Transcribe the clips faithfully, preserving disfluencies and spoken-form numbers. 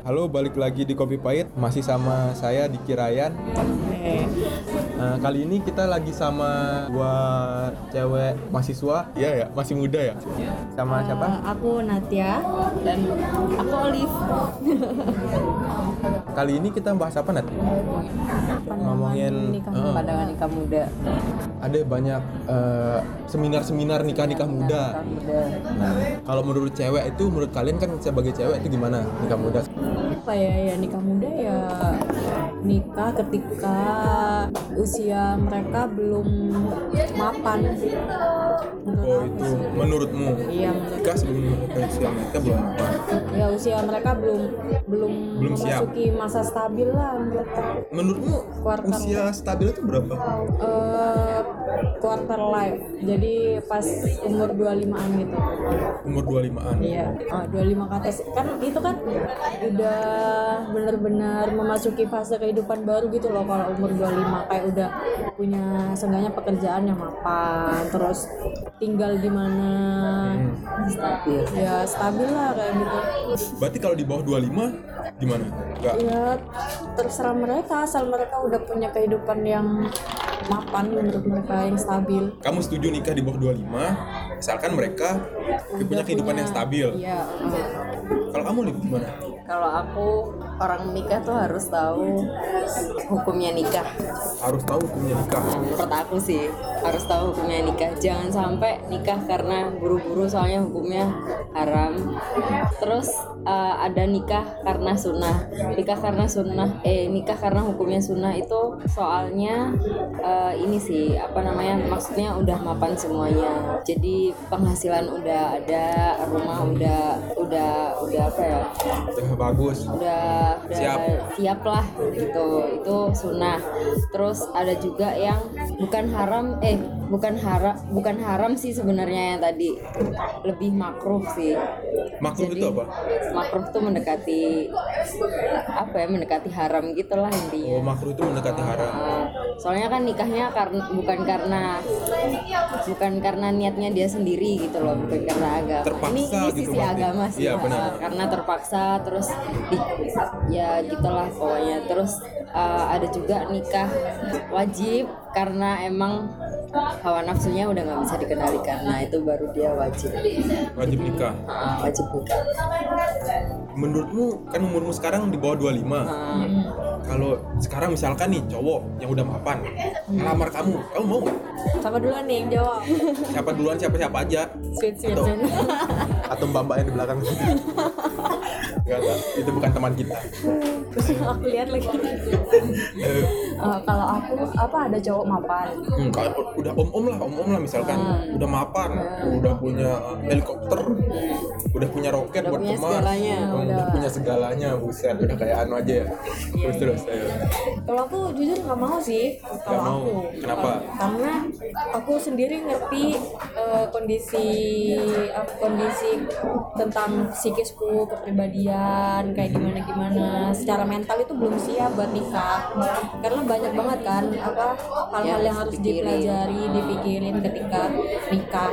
Halo, balik lagi di Kopi Pahit. Masih sama saya Diki Ryan. Uh, kali ini kita lagi sama dua cewek mahasiswa. Iya ya, masih muda ya. Sama uh, siapa? Aku Natia dan aku Olive. Kali ini kita bahas apa, Nat? Ngomongin nikah uh, pandangan nikah muda. Ada banyak uh, seminar-seminar nikah-nikah muda. Nikah muda. Nah, kalau menurut cewek itu, menurut kalian kan sebagai cewek itu gimana nikah muda? Apa ya, ya nikah muda ya nikah ketika usia mereka belum mapan. Menurut oh itu sih. Menurutmu? Iya. Nikah sebelum usia mereka belum mapan. Ya usia mereka belum belum, belum memasuki siap. Masa stabil lah mereka. Menurutmu quarter usia stabil itu berapa? Uh, quarter life. Jadi pas umur dua puluh limaan gitu. Umur dua puluh limaan? Iya. Oh, dua puluh lima ke atas kan itu kan udah benar-benar memasuki fase kehidupan baru gitu loh kalau umur dua puluh lima, kayak udah punya seenggaknya pekerjaan yang mapan, terus tinggal di mana hmm. stabil. Ya stabil lah kayak gitu. Berarti kalau di bawah dua puluh lima gimana? Enggak. Ya terserah mereka, asal mereka udah punya kehidupan yang mapan, menurut mereka yang stabil. Kamu setuju nikah di bawah dua puluh lima asalkan mereka udah punya kehidupan punya, yang stabil? Iya. Kalau kamu lebih gimana? Kalau aku, orang nikah tuh harus tahu hukumnya nikah. Harus tahu hukumnya nikah? Menurut aku sih, harus tahu hukumnya nikah. Jangan sampai nikah karena buru-buru soalnya hukumnya haram. Terus uh, ada nikah karena sunnah. Nikah karena sunnah, eh nikah karena hukumnya sunnah itu soalnya uh, ini sih, apa namanya, maksudnya udah mapan semuanya. Jadi penghasilan udah ada, rumah udah, udah, udah apa ya? Bagus, udah, udah siap siap lah gitu, itu sunnah. Terus ada juga yang bukan haram eh bukan haram bukan haram sih sebenarnya, yang tadi lebih makruh sih. Makruh itu apa? Makruh tuh mendekati apa ya, mendekati haram gitulah intinya. Oh, makruh itu mendekati haram. Soalnya kan nikahnya karena bukan karena bukan karena niatnya dia sendiri gitu loh, bukan karena agama. Terpaksa ini, ini gitu sisi berarti. Agama sih. Iya, benar. Karena terpaksa, terus di, ya gitulah pokoknya. Terus uh, ada juga nikah wajib karena emang hawa nafsunya udah nggak bisa dikendalikan. Nah itu baru dia wajib. Wajib nikah. Uh, wajib nikah. Menurutmu kan umurmu sekarang di bawah dua puluh lima. Hmm. Kalau sekarang misalkan nih cowok yang udah mapan ngelamar hmm. kamu, kamu mau nggak? Siapa duluan nih yang jawab? Siapa duluan, siapa-siapa aja. Sweet sweet. Atau, atau mbak-mbak yang di belakang. Enggak, enggak, itu bukan teman kita. Aku lihat lagi. uh, kalau aku apa ada cowok mapan. Hmm, kalau udah om-om lah, om-om lah misalkan, hmm. udah mapan, hmm. udah punya helikopter, udah punya roket udah buat punya ke Mars, segalanya, udah, udah punya segalanya, buset, udah kayak anu aja ya. Terus terus. Ayo. Kalau aku jujur nggak mau sih. Kalau aku. Kenapa? Karena aku sendiri ngerti uh, kondisi uh, kondisi tentang psikisku, kepribadian kayak gimana gimana. Secara mental itu belum siap buat nikah. Karena banyak banget kan apa hal-hal ya, yang harus dipikirin. dipelajari, dipikirin ketika nikah.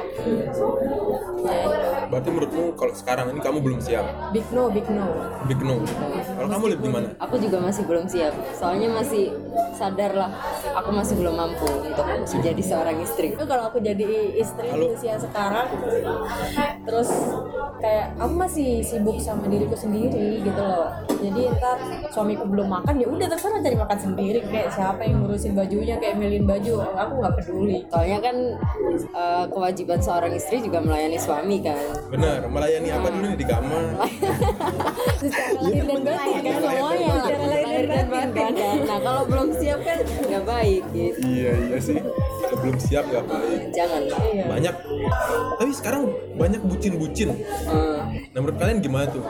Ya. Berarti menurutmu kalau sekarang ini kamu belum siap? Big no, big no. Big no. Kalau kamu lebih gimana? Aku juga masih belum siap. Soalnya masih sadar lah, aku masih belum mampu untuk menjadi seorang istri. Itu kalau aku jadi istri di usia sekarang, terus kayak aku masih sibuk sama diriku sendiri gitu loh. Jadi ntar suamiku belum makan, ya udah terserah cari makan sendiri. Kayak siapa yang ngurusin bajunya, kayak milihin baju, aku nggak peduli. Soalnya kan uh, kewajiban seorang istri juga melayani suami kan. Benar, melayani apa dulu nih di kamar? Secara lahir dan batin kan semuanya. Secara lahir dan batin kan. Nah kalau belum siap kan nggak baik gitu. Iya iya sih, kalau belum siap nggak baik. Jangan. Iya. Banyak. Tapi sekarang banyak bucin-bucin. Hmm. Nah menurut kalian gimana tuh?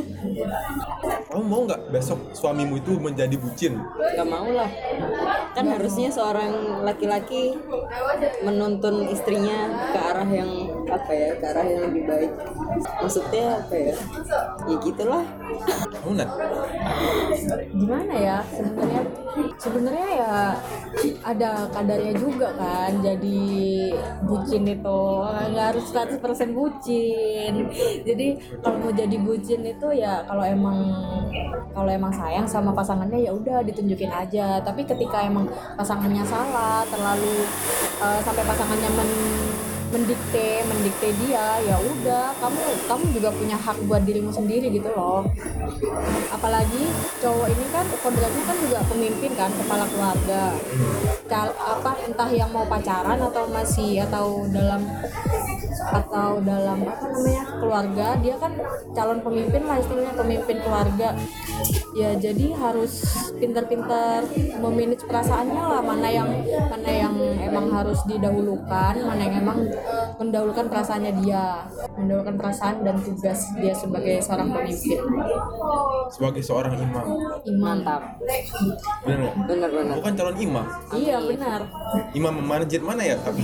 Kamu mau nggak besok suamimu itu menjadi bucin? Gak mau lah. Kan harusnya seorang laki-laki menuntun istrinya ke arah yang apa ya ke arah yang lebih baik. Maksudnya apa ya? Ya gitulah. Kamu Nat? Gimana ya sebenarnya sebenarnya ya ada kadarnya juga kan, jadi bucin itu nggak harus seratus persen bucin. Jadi kalau mau jadi bucin itu ya kalau emang kalau emang sayang sama pasangannya ya udah ditunjukin aja, tapi ketika emang pasangannya salah terlalu uh, sampai pasangannya men mendikte mendikte dia, ya udah kamu kamu juga punya hak buat dirimu sendiri gitu loh. Apalagi cowok ini kan kodratnya kan juga pemimpin kan, kepala keluarga. Cal apa entah yang mau pacaran atau masih atau dalam atau dalam apa namanya keluarga, dia kan calon pemimpin lah istilahnya, pemimpin keluarga ya. Jadi harus pintar-pintar memanage perasaannya lah, mana yang mana yang emang harus didahulukan, mana yang emang mendahulukan perasaannya dia, mendahulukan perasaan dan tugas dia sebagai seorang pemimpin, Sebagai seorang imam. imam. Mantap. Bener nggak? Benar-benar. Bukan calon imam. Iya benar. Imam masjid mana ya tapi.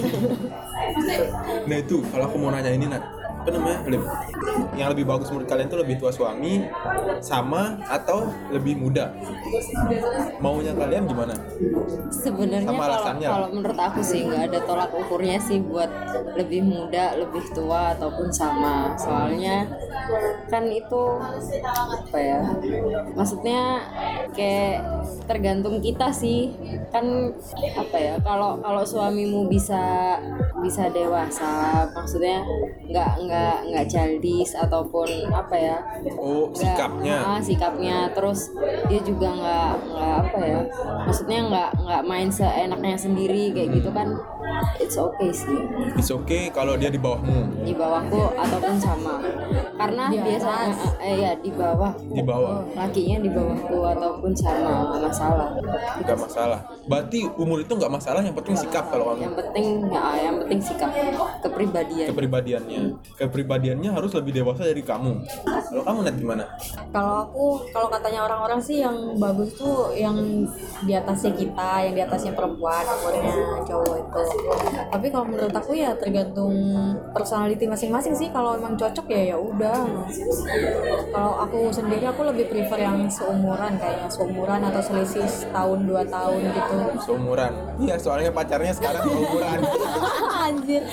Nah itu kalau aku mau nanya ini Nat, apa namanya, lebih, yang lebih bagus menurut kalian tuh lebih tua suami, sama atau lebih muda? Maunya kalian gimana? Sebenarnya Sama kalau alasannya. kalau menurut aku sih nggak ada tolak ukurnya sih buat lebih muda, lebih tua ataupun sama. Soalnya kan itu apa ya? Maksudnya kayak tergantung kita sih. Kan apa ya? Kalau kalau suamimu bisa bisa dewasa, maksudnya nggak nggak nggak childish ataupun apa ya? Oh, Nggak- sikapnya. ah, sikapnya terus dia juga nggak nggak apa ya, maksudnya nggak nggak main seenaknya sendiri kayak gitu kan, it's okay sih It's okay kalau dia di bawahmu. di bawahku ataupun sama, karena Di biasanya atas. eh, ya di bawah Di bawah. lakinya di bawahku ataupun sama, nggak masalah. Nggak masalah. Berarti umur itu nggak masalah, yang penting sikap kalau kamu. Yang penting ya yang penting sikap, kepribadian. Kepribadiannya. Kepribadiannya harus lebih dewasa dari kamu. Kalau kamu Nat gimana? Kalau aku, kalau katanya orang-orang sih yang bagus tuh yang di atasnya kita, yang di atasnya perempuan, umurnya cowok itu. Tapi kalau menurut aku ya tergantung personality masing-masing sih. Kalau emang cocok ya ya udah. Kalau aku sendiri aku lebih prefer yang seumuran, kayaknya seumuran atau selisih setahun dua tahun gitu. Seumuran. Iya, soalnya pacarnya sekarang seumuran. Anjir.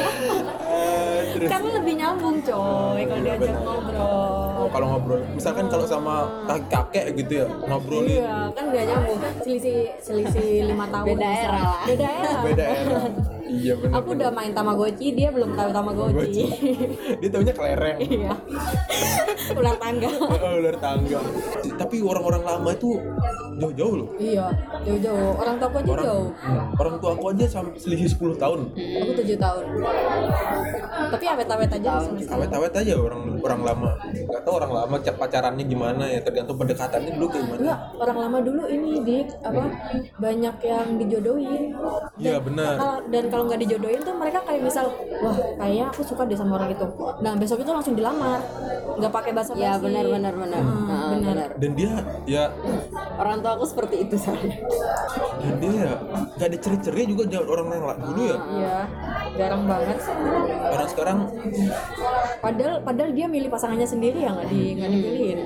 Eh, terus. Kan lebih nyambung coy kalau Iya, diajak benar. ngobrol. Oh, kalau ngobrol, misalkan kalau sama kakek gitu ya, ngobrolin Iya, kan gak nyambung. Selisih selisih lima tahun. Beda bisa. era lah. Beda era. beda era. Iya benar. Aku udah main Tamagotchi, dia belum tahu Tamagotchi. Dia taunya kelereng. Iya. Ular tangga. Oh, ular tangga. Tapi orang-orang lama itu jauh-jauh loh. Iya, jauh-jauh. Orang tua aku aja Orang jauh. Hmm, orang tua aku aja sampai selisih sepuluh tahun. Aku tujuh tahun. Tapi awet-awet aja sama sekali. Awet-awet aja orang orang lama. Gak tau orang lama cak pacarannya gimana ya, tergantung pendekatannya dulu kayak gimana. Enggak, orang lama dulu ini dik apa banyak yang dijodohin. Iya, benar. Kalau- Dan kalau nggak dijodohin tuh mereka kayak misal, wah kayaknya aku suka deh sama orang itu. Nah besok itu langsung dilamar, nggak pakai basa-basi. Ya benar benar benar. Hmm, Nah, benar. benar. Dan dia ya Orang tua aku seperti itu soalnya. dan dia ya gak ada ceri-ceri juga jangan orang-orang la- dulu ya. Iya, jarang banget. Orang sekarang Padahal padahal dia milih pasangannya sendiri ya nggak di nggak dipilihin.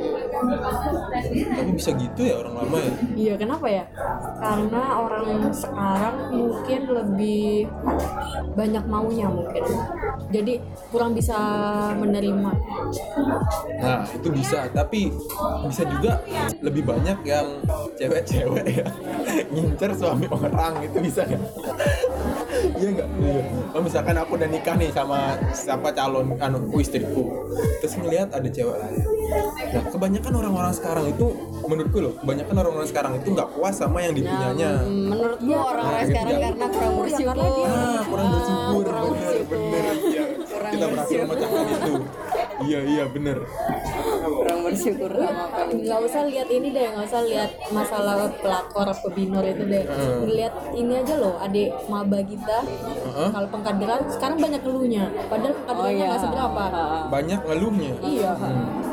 tapi bisa gitu ya orang lama ya. Iya kenapa ya? Karena orang sekarang mungkin lebih banyak maunya mungkin. Jadi kurang bisa menerima. Nah itu bisa, tapi bisa juga lebih banyak yang cewek-cewek ya ngincer suami orang, itu bisa nggak? Iya nggak? Iya. Oh, misalkan aku udah nikah nih sama siapa calon anu istriku, terus ngelihat ada cewek lain. Nah kebanyakan orang-orang sekarang itu, menurutku loh, kebanyakan orang-orang sekarang itu nggak puas sama yang dipunyanya. Nah, menurutku Iya, orang-orang nah, sekarang iya. karena kurang Ya, bersyukur. karena dia- Ah, kurang bersyukur, kurang bener, bersyukur. bener. Ya, Kurang kita berhasil bersyukur. memecahkan itu. Iya, iya, bener. Kurang bersyukur sama apa yang Nggak usah lihat ini deh, nggak usah lihat masalah pelakor pebinor itu deh. Hmm. Ngeliat ini aja loh, adik maba kita. Heeh. Kalau pengkaderan sekarang banyak keluhnya, padahal Oh pengkaderannya iya. nggak seberapa. Ah. Banyak ngeluhnya. Iya.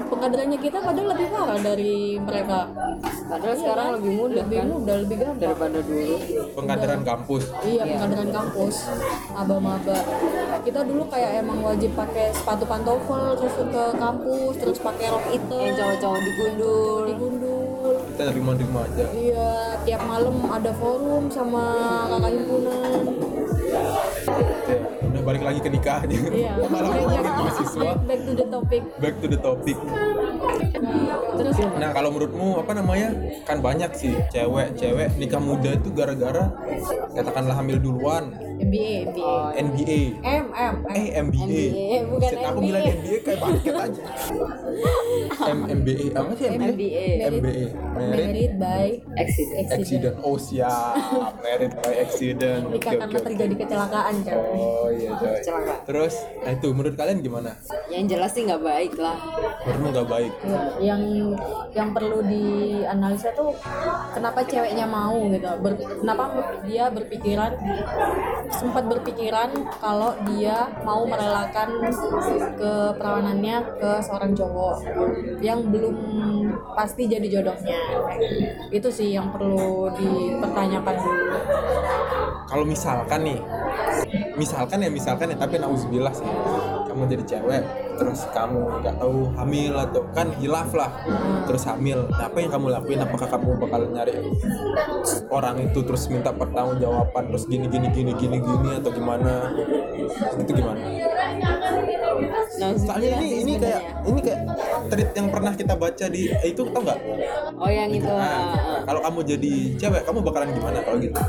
pengkaderannya kita padahal lebih parah dari mereka. Padahal Iya sekarang kan? lebih mudah lebih kan mudah, lebih gampang. daripada dulu. Pengkaderan kampus. Iya, pengkaderan kampus, maba-maba. Kita dulu kayak emang wajib pakai sepatu pantofel terus ke kampus, terus pakai rok hitam. Yang cowok-cowok digundul. digundul. Kita nerima-nerima aja. Iya, tiap malam ada forum sama kakak himpunan. Ya, udah balik lagi ke nikah aja. Iya. Malah ngomongin mahasiswa. Back, back to the topic. Back to the topic. Terus Nah, kalau menurutmu apa namanya? Kan banyak sih cewek-cewek nikah muda itu gara-gara katakanlah hamil duluan, M B A, M B A. N B A. M, M, M. Eh M B A. M B A, bukan Set, aku N B A. bilang M B A kayak basket aja. M MBA apa sih M B A? M B A. M B A. Married Married by Accident. accident. Oh siap. Married by accident. Nikah Oke, karena oke, oke. terjadi kecelakaan, cewek. Oh iya coy. Kecelakaan. Terus, nah itu menurut kalian gimana? Yang jelas sih nggak baik lah. Menurutmu nggak baik? Ya, yang yang perlu dianalisa tuh kenapa ceweknya mau gitu, Ber- kenapa dia berpikiran sempat berpikiran kalau dia mau merelakan keperawanannya ke seorang cowok yang belum pasti jadi jodohnya. Itu sih yang perlu dipertanyakan dulu. Kalau misalkan nih, misalkan ya misalkan ya tapi nauzubillah sih, kamu jadi cewek terus kamu nggak tahu hamil atau kan hilaf lah, terus hamil, nah, apa yang kamu lakuin? Apakah kamu bakal nyari orang itu terus minta pertanggungjawaban terus gini gini gini gini gini atau gimana? Itu gimana? Nah, Soalnya ini ini kayak ini kayak tweet yang pernah kita baca di eh, itu tau nggak? oh yang itu. Nah, ah, ah. kalau kamu jadi cewek kamu bakalan gimana kalau gitu?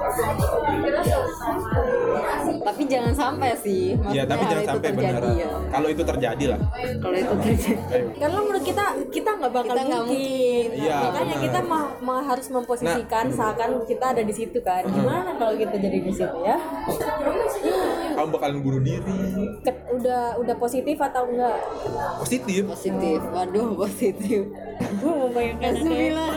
Tapi jangan sampai sih. Iya, Maksudnya tapi hal jangan itu sampai terjadi, beneran. ya. Kalau itu terjadi lah. Kalau itu terjadi. Ayo. Karena menurut kita kita nggak bakal Kita nggak mungkin. Iya, Makanya benar. kita ma- ma- harus memposisikan seakan kita ada di situ kan. Gimana kalau kita jadi di situ ya? Kamu bakalan bunuh diri. Ke- udah udah positif atau enggak? Positif. Positif. Waduh, positif. Gue mau bayangkan Sembilan.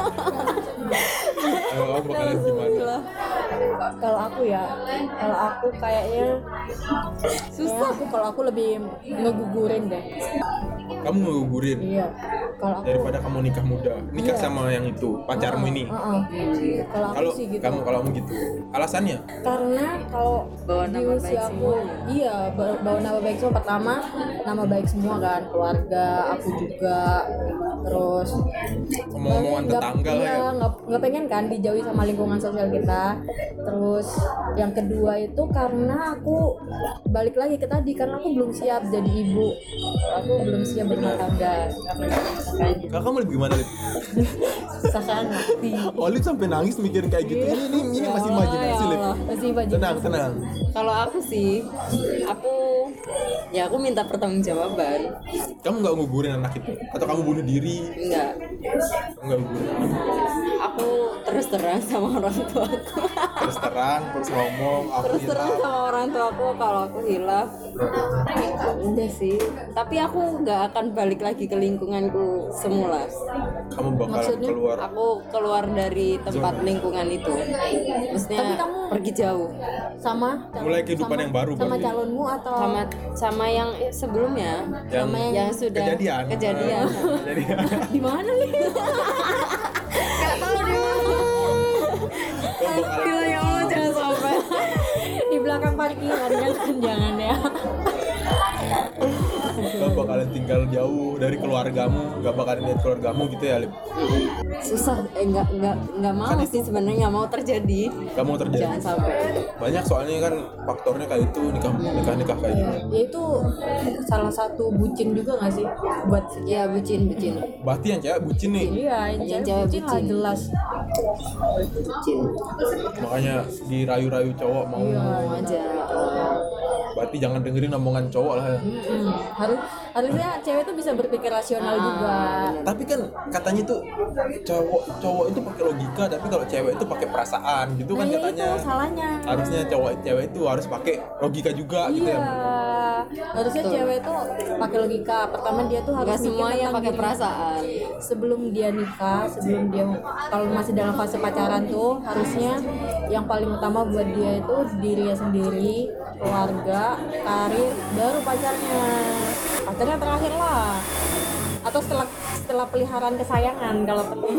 Ayo, kamu bakalan gimana? kalau aku ya, kalau aku kayaknya susah. Aku kalau aku lebih ngegugurin deh. Kamu ngegugurin Iya. Kalau aku daripada kamu nikah muda, nikah Iya. sama yang itu pacarmu ini. Heeh. Kalau aku Kalau sih gitu. kamu kalau kamu gitu, alasannya? Karena kalau Bawa di nama baik usia aku, semua. iya ba- bawa nama baik semua. Pertama nama baik semua kan, keluarga aku juga. Terus Omong-omongan nggak- tetangga lah iya, ya. nggak nggak pengen kan dijauhi sama lingkungan sosial kita. Terus yang kedua itu karena aku balik lagi ke tadi, karena aku belum siap jadi ibu. Aku belum siap berumah tangga. Makanya Kakak kamu lebih gimana, Lip? susah kan ngerti. Olip sampai nangis mikirin kayak gitu. Ini ini, ini masih imajinasi, Lip. Masih baju. Tenang, tenang. Kalau aku sih, aku ya aku minta pertanggungjawaban. Kamu nggak ngugurin anak itu? Atau kamu bunuh diri? Enggak. Kamu nggak ngugurin anak itu? Aku terus terang sama orang tuaku. Terus terang, terus ngomong, aku terus terang hilang. sama orang tuaku kalau aku hilaf. Udah sih. Tapi aku nggak akan balik lagi ke lingkunganku semula. Kamu bakal Maksudnya? keluar. Aku keluar dari tempat lingkungan itu. Maksudnya Tapi kamu- pergi jauh. Sama Mulai kehidupan sama- yang baru sama berarti. calonmu atau Sama sama yang sebelumnya. Yang sama yang- Yang sudah kejadian. kejadian. Nah, kejadian. di mana nih? Gak tahu di mana. Kamu bakalan Gila, ya Allah, jangan sampai. Di belakang parkiran jangan jangan ya. kamu bakalan tinggal jauh dari keluargamu, nggak bakalan lihat keluargamu gitu ya, Lip. Susah, eh nggak nggak nggak mau Kan sih sebenarnya, nggak mau terjadi. Kamu terjadi. Jangan sampai. Banyak soalnya kan faktornya kayak itu, nikah nikah nikah kayak gitu. Ya itu salah satu bucin juga nggak sih buat Ya bucin bucin Berarti yang cewek bucin nih, iya yang Yang cewek cewek bucin lah bucin. jelas. bucin. makanya dirayu-rayu cowok mau. Iya. Mau aja. Berarti Berarti jangan dengerin omongan cowok lah ya. Mm-mm. harus harusnya cewek tuh bisa berpikir rasional Ah, juga. Tapi kan katanya tuh cowok cowok itu pakai logika, tapi kalau cewek itu pakai perasaan gitu Nah kan ya katanya. itu salahnya. Harusnya cowok cewek itu harus pakai logika juga gitu Iya, ya. harusnya Betul. cewek tuh pakai logika. Pertama dia tuh harus Nggak mikir semuanya tentang pakai diri. perasaan. Sebelum dia nikah, sebelum dia kalau masih dalam fase pacaran tuh harusnya yang paling utama buat dia itu dirinya sendiri, keluarga, karir, baru pacarnya. Pacarnya terakhir lah. atau setelah setelah peliharaan kesayangan kalau perlu.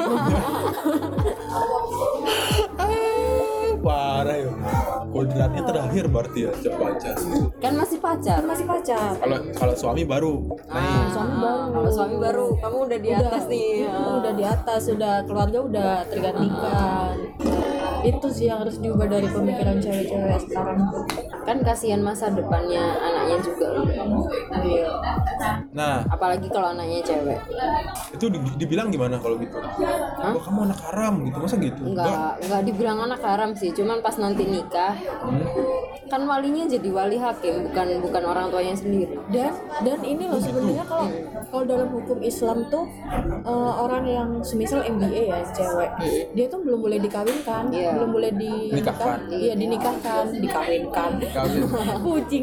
Parah ya. Kodratnya terakhir berarti ya cepat. Kan masih pacar. Masih pacar. Kalau kalau suami baru. Ah, suami baru. Kalau suami baru, kamu udah di atas nih. Udah, udah di atas, sudah keluarga udah tergantikan. Itu sih yang harus diubah dari pemikiran cewek-cewek sekarang. Kan kasihan masa depannya anaknya juga. Iya. Nah, Apalagi kalau anaknya cewek. itu di- dibilang gimana kalau gitu? Wah, kamu anak haram gitu, masa gitu? Enggak, enggak dibilang anak haram sih, cuman pas nanti nikah kan walinya jadi wali hakim, bukan bukan orang tuanya sendiri. Dan dan ini loh sebenarnya kalau kalau dalam hukum Islam tuh eh, orang yang semisal M B A ya cewek, dia tuh belum boleh dikawinkan, Iya. belum boleh di Nikahkan. Iya, dinikahkan, dikawinkan. Kawin. Kucing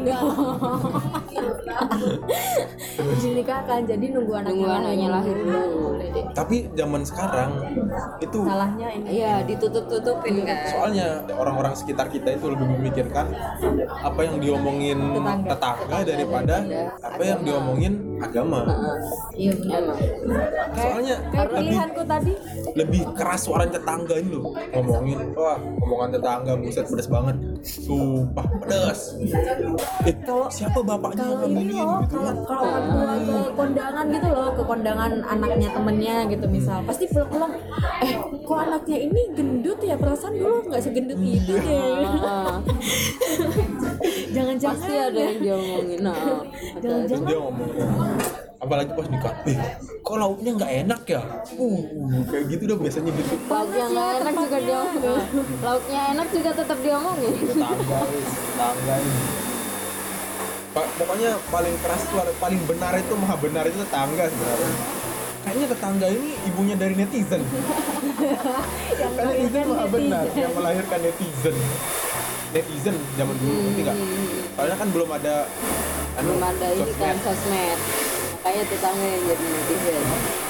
dinikahkan, jadi nunggu anaknya Nunggu anaknya lahir dulu. Boleh deh. Tapi zaman sekarang itu Salahnya ini. Iya, ditutup-tutupin kan. soalnya orang-orang sekitar kita itu lebih memikirkan apa yang diomongin Tetangga. tetangga daripada apa yang diomongin agama. Iya benar. Emang. Soalnya Kayak lebih pilihanku tadi. lebih keras suara tetangga ini loh ngomongin, wah omongan tetangga buset pedas banget, sumpah pedas. Eh, Kalau- siapa bapaknya yang Kalau ini ngomongin loh, gitu kalau kan? kalau orang tua ke kondangan gitu loh, ke kondangan anaknya temennya gitu misal, pasti pulang-pulang, eh kok anaknya ini gendut ya, perasaan dulu nggak segendut itu deh. Ah, Jangan-jangan pasti ada yang diomongin. Nah, ada- Terus Jangan-jangan dia ngomong, apalagi pas nikah, eh kok lauknya nggak enak ya? Uh, kayak gitu udah biasanya gitu. lauknya nggak enak juga diomongin. Lauknya enak juga tetap diomongin. Tetangga, wis, tetangga ini. Pa- pokoknya paling keras itu, paling benar itu, maha benar itu tetangga sebenarnya. Kayaknya tetangga ini ibunya dari netizen. Karena netizen maha benar yang melahirkan netizen. Netizen zaman dulu, ngerti nggak? Soalnya kan belum ada anu, Belum ada ini kan sosmed. sosmed. Makanya tetangga yang jadi netizen.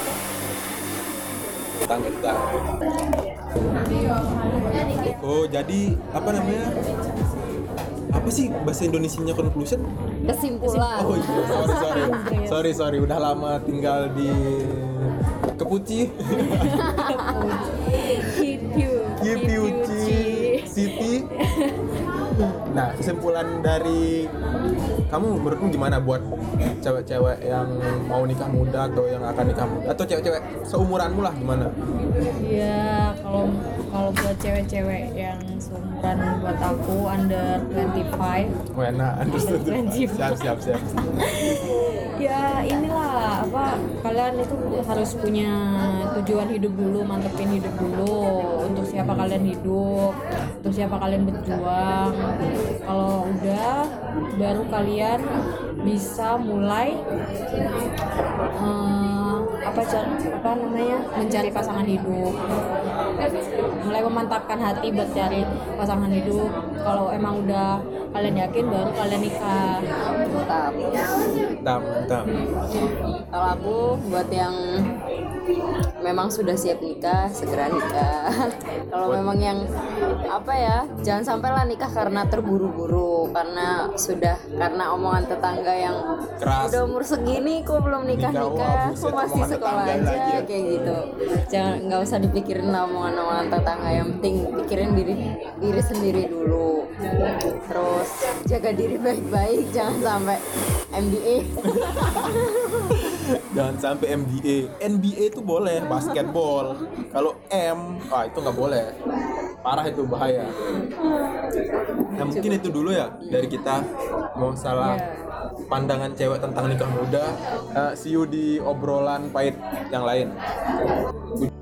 Tetangga kita. Oh, jadi apa namanya? Apa sih bahasa Indonesianya conclusion? Kesimpulan. Oh iya, sorry sorry. Sorry sorry, udah lama tinggal di Kepuci. Kipiuci City. Nah, kesimpulan dari kamu menurutmu gimana buat cewek-cewek yang mau nikah muda atau yang akan nikah muda atau cewek-cewek seumuranmu lah, gimana? ya kalau kalau buat cewek-cewek yang seumuran buat aku under twenty-five, Wena, understood. Siap siap siap. ya inilah apa, kalian itu harus punya tujuan hidup dulu, mantepin hidup dulu, untuk siapa kalian hidup, untuk siapa kalian berjuang. Kalau udah, baru kalian bisa mulai eh, apa ca- apa namanya mencari pasangan hidup, mulai memantapkan hati buat cari pasangan hidup. Kalau emang udah kalian yakin, baru kalian nikah. Mantap. Mantap, mantap. Kalau aku buat yang memang sudah siap nikah, segera nikah. Kalau memang yang apa ya, jangan sampailah nikah karena terburu-buru, karena sudah karena omongan tetangga yang Keras. udah umur segini kok belum nikah Nikah, nikah, wah, kok buset, masih omongan sekolah tetangga aja lagi ya. kayak gitu. Jangan, nggak usah dipikirin lah omongan-omongan tetangga, yang penting pikirin diri diri sendiri dulu. Terus jaga diri baik-baik, jangan sampai M B A. Jangan sampai M B A. N B A itu boleh, basketball. Kalau M, ah itu nggak boleh. Parah, itu bahaya. Nah, mungkin itu dulu ya dari kita, mau salah pandangan cewek tentang nikah muda. Eh, see you di obrolan pahit yang lain.